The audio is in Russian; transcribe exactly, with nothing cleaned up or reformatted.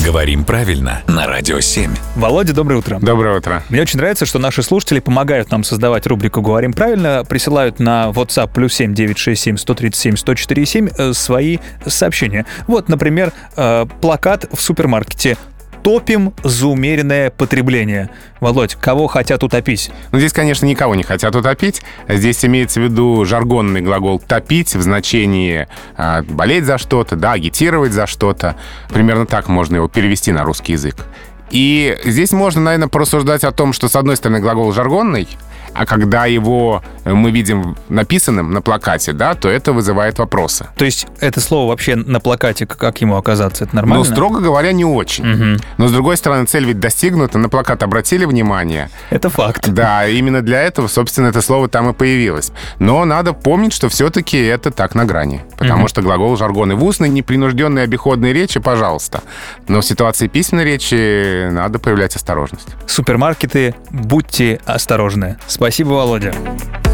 Говорим правильно на Радио семь. Володя, доброе утро. Доброе утро. Мне очень нравится, что наши слушатели помогают нам создавать рубрику «Говорим правильно», присылают на WhatsApp плюс семь девятьсот шестьдесят семь сто тридцать семь сто четыре семь свои сообщения. Вот, например, плакат в супермаркете: «Топим за умеренное потребление». Володь, кого хотят утопить? Ну, здесь, конечно, никого не хотят утопить. Здесь имеется в виду жаргонный глагол «топить» в значении э, болеть за что-то, да, агитировать за что-то. Примерно так можно его перевести на русский язык. И здесь можно, наверное, порассуждать о том, что, с одной стороны, глагол жаргонный, а когда его мы видим написанным на плакате, да, то это вызывает вопросы. То есть это слово вообще на плакате, как ему оказаться, это нормально? Ну, строго говоря, не очень. Угу. Но, с другой стороны, цель ведь достигнута, на плакат обратили внимание. Это факт. Да, именно для этого, собственно, это слово там и появилось. Но надо помнить, что все-таки это так на грани. Потому угу. что глагол жаргонный в устной, непринужденной обиходной речи, пожалуйста. Но в ситуации письменной речи надо проявлять осторожность. Супермаркеты, будьте осторожны. Спасибо, Володя.